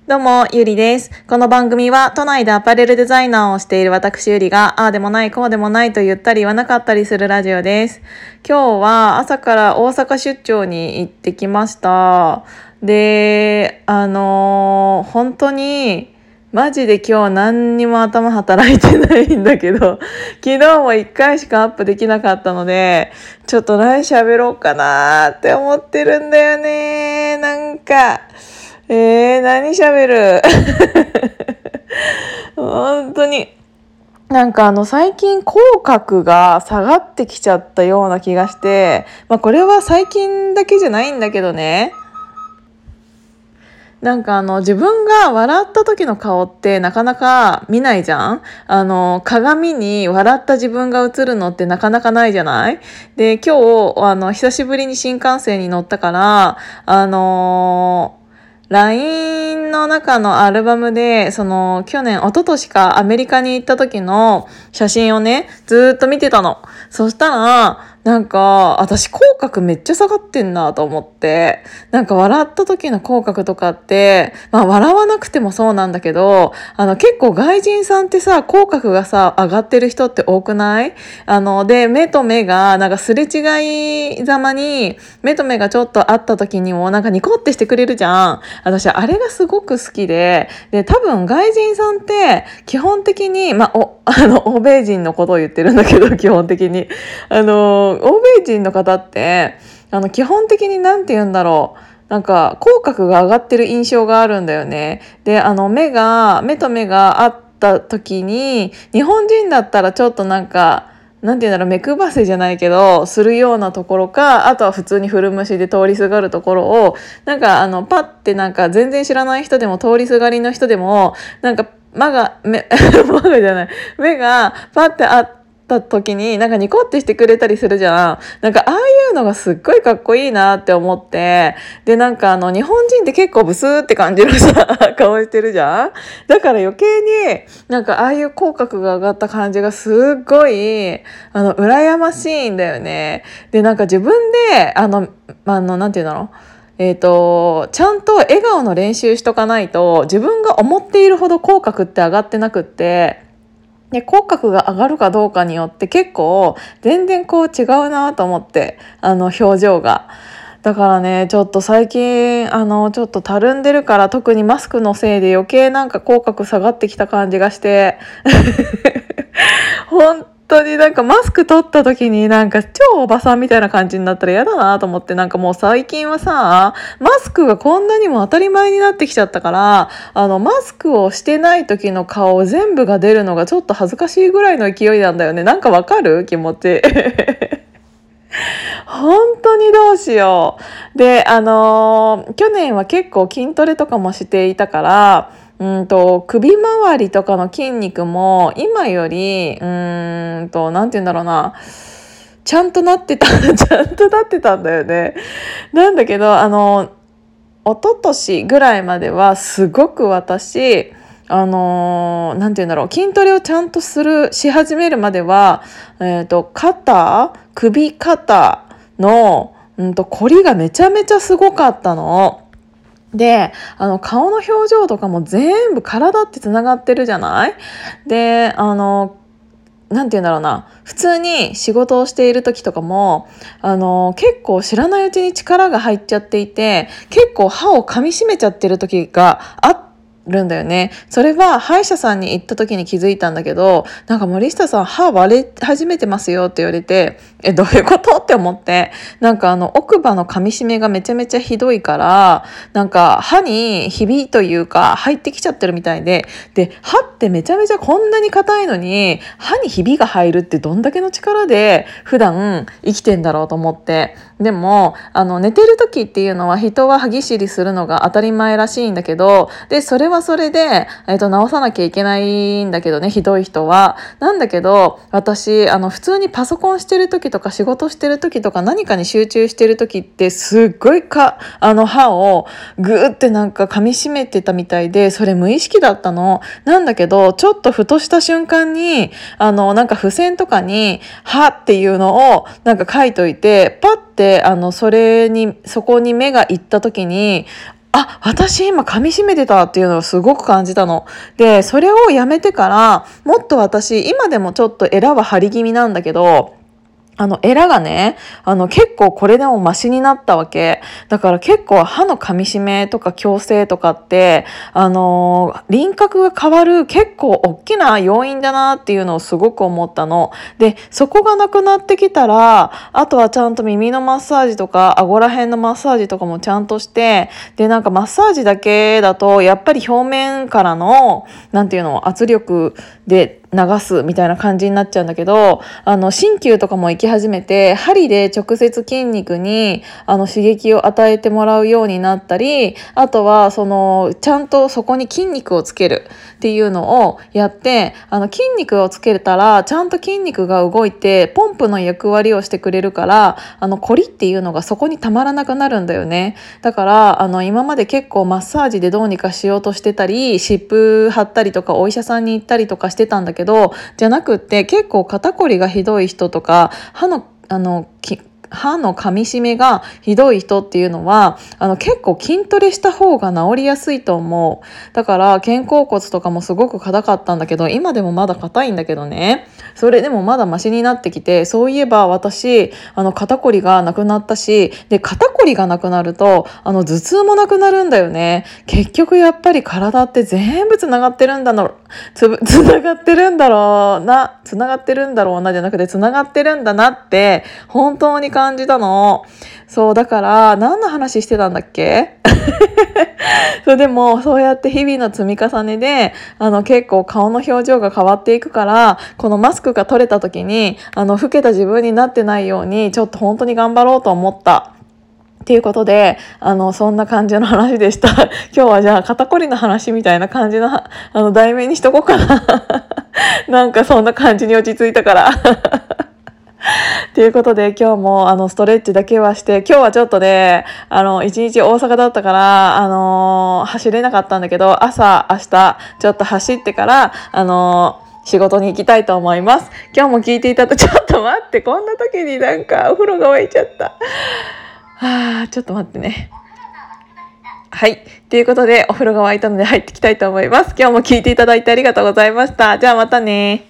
どうも、ゆりです。この番組は都内でアパレルデザイナーをしている私ゆりが、ああでもないこうでもないと言ったり言わなかったりするラジオです。今日は朝から大阪出張に行ってきました。で、本当にマジで今日何にも頭働いてないんだけど、昨日も1回しかアップできなかったので、ちょっと何喋ろうかなって思ってるんだよね。何喋る本当に。最近口角が下がってきちゃったような気がして、これは最近だけじゃないんだけどね。自分が笑った時の顔ってなかなか見ないじゃん。鏡に笑った自分が映るのってなかなかないじゃない。で、今日、久しぶりに新幹線に乗ったから、LINE の中のアルバムで、一昨年かアメリカに行った時の写真をね、ずーっと見てたの。そしたら、私口角めっちゃ下がってんなと思って、笑った時の口角とかって、笑わなくてもそうなんだけど、結構外人さんってさ、口角がさ、上がってる人って多くない？で、目と目が、すれ違いざまに、目と目がちょっと合った時にも、ニコってしてくれるじゃん。私、あれがすごく好きで、多分外人さんって、基本的に、欧米人のことを言ってるんだけど、基本的に。欧米人の方って、基本的に口角が上がってる印象があるんだよね。で、目と目が合った時に、日本人だったらちょっと目くばせじゃないけど、するようなところか、あとは普通に古虫で通りすがるところを、パッて全然知らない人でも通りすがりの人でも、目がパッてあった時にニコってしてくれたりするじゃん。ああいうのがすっごいかっこいいなって思って。で、日本人って結構ブスーって感じるさ、顔してるじゃん。だから余計にああいう口角が上がった感じがすっごい、羨ましいんだよね。で、自分で、なんていうのちゃんと笑顔の練習しとかないと、自分が思っているほど口角って上がってなくって、で、口角が上がるかどうかによって結構全然違うなと思って、表情が。だからね、ちょっと最近、ちょっとたるんでるから、特にマスクのせいで余計口角下がってきた感じがして、本当にマスク取った時に超おばさんみたいな感じになったら嫌だなと思って、もう最近はさ、マスクがこんなにも当たり前になってきちゃったから、マスクをしてない時の顔全部が出るのがちょっと恥ずかしいぐらいの勢いなんだよね。わかる？気持ち。本当にどうしよう。で、去年は結構筋トレとかもしていたから、首周りとかの筋肉も今より、ちゃんとなってた、ちゃんとなってたんだよね。なんだけど、一昨年ぐらいまではすごく私、筋トレをちゃんとし始めるまでは、首肩の、凝りがめちゃめちゃすごかったの。で、顔の表情とかも全部体ってつながってるじゃない？で、普通に仕事をしている時とかも、結構知らないうちに力が入っちゃっていて、結構歯を噛み締めちゃってる時があるんだよね。それは歯医者さんに行った時に気づいたんだけど、森下さん歯割れ始めてますよって言われて、どういうことって思って、奥歯の噛み締めがめちゃめちゃひどいから、歯にひびというか入ってきちゃってるみたいで、歯ってめちゃめちゃこんなに硬いのに、歯にひびが入るってどんだけの力で普段生きてんだろうと思って。でも、寝てる時っていうのは人は歯ぎしりするのが当たり前らしいんだけど、で、それはそれで、直さなきゃいけないんだけどね、ひどい人は。なんだけど、私、普通にパソコンしてる時とか仕事してる時とか何かに集中してる時ってすっごい歯をぐーって噛み締めてたみたいで、それ無意識だったの。なんだけど、ちょっとふとした瞬間に、付箋とかに、歯っていうのを書いといて、パッて、そこに目が行った時に、 私今噛み締めてたっていうのをすごく感じたの。で、それをやめてから、もっと私、今でもちょっとエラは張り気味なんだけど、エラがね、結構これでもマシになったわけ。だから結構歯の噛み締めとか矯正とかって、輪郭が変わる結構大きな要因だなっていうのをすごく思ったの。で、そこがなくなってきたら、あとはちゃんと耳のマッサージとか、顎ら辺のマッサージとかもちゃんとして、で、なんかマッサージだけだと、やっぱり表面からの、なんていうの、圧力で、流すみたいな感じになっちゃうんだけど、鍼灸とかも行き始めて、針で直接筋肉に刺激を与えてもらうようになったり、あとはちゃんとそこに筋肉をつけるっていうのをやって、筋肉をつけたらちゃんと筋肉が動いてポンプの役割をしてくれるから、コリっていうのがそこにたまらなくなるんだよね。だから今まで結構マッサージでどうにかしようとしてたり、湿布貼ったりとかお医者さんに行ったりとかしてたんだけど、じゃなくって結構肩こりがひどい人とか歯の噛み締めがひどい人っていうのは結構筋トレした方が治りやすいと思う。だから肩甲骨とかもすごく硬かったんだけど、今でもまだ硬いんだけどね、それでもまだマシになってきて、そういえば私肩こりがなくなったし、で肩こりがなくなると頭痛もなくなるんだよね。結局やっぱり体って全部つながってるんだろうつながってるんだろうなつながってるんだろうなじゃなくて、つながってるんだなって本当に感じたの。そう、だから何の話してたんだっけそう、でもそうやって日々の積み重ねで結構顔の表情が変わっていくから、このマスクが取れた時に老けた自分になってないようにちょっと本当に頑張ろうと思ったっていうことで、そんな感じの話でした。今日はじゃあ肩こりの話みたいな感じの題名にしとこうかな。なんかそんな感じに落ち着いたから。ということで今日もストレッチだけはして、今日はちょっとね一日大阪だったから走れなかったんだけど、明日ちょっと走ってから仕事に行きたいと思います。今日も聞いていただちょっと待って、こんな時になんかお風呂が沸いちゃった。ちょっと待ってね。はい。ということでお風呂が沸いたので入っていきたいと思います。今日も聞いていただいてありがとうございました。じゃあまたね。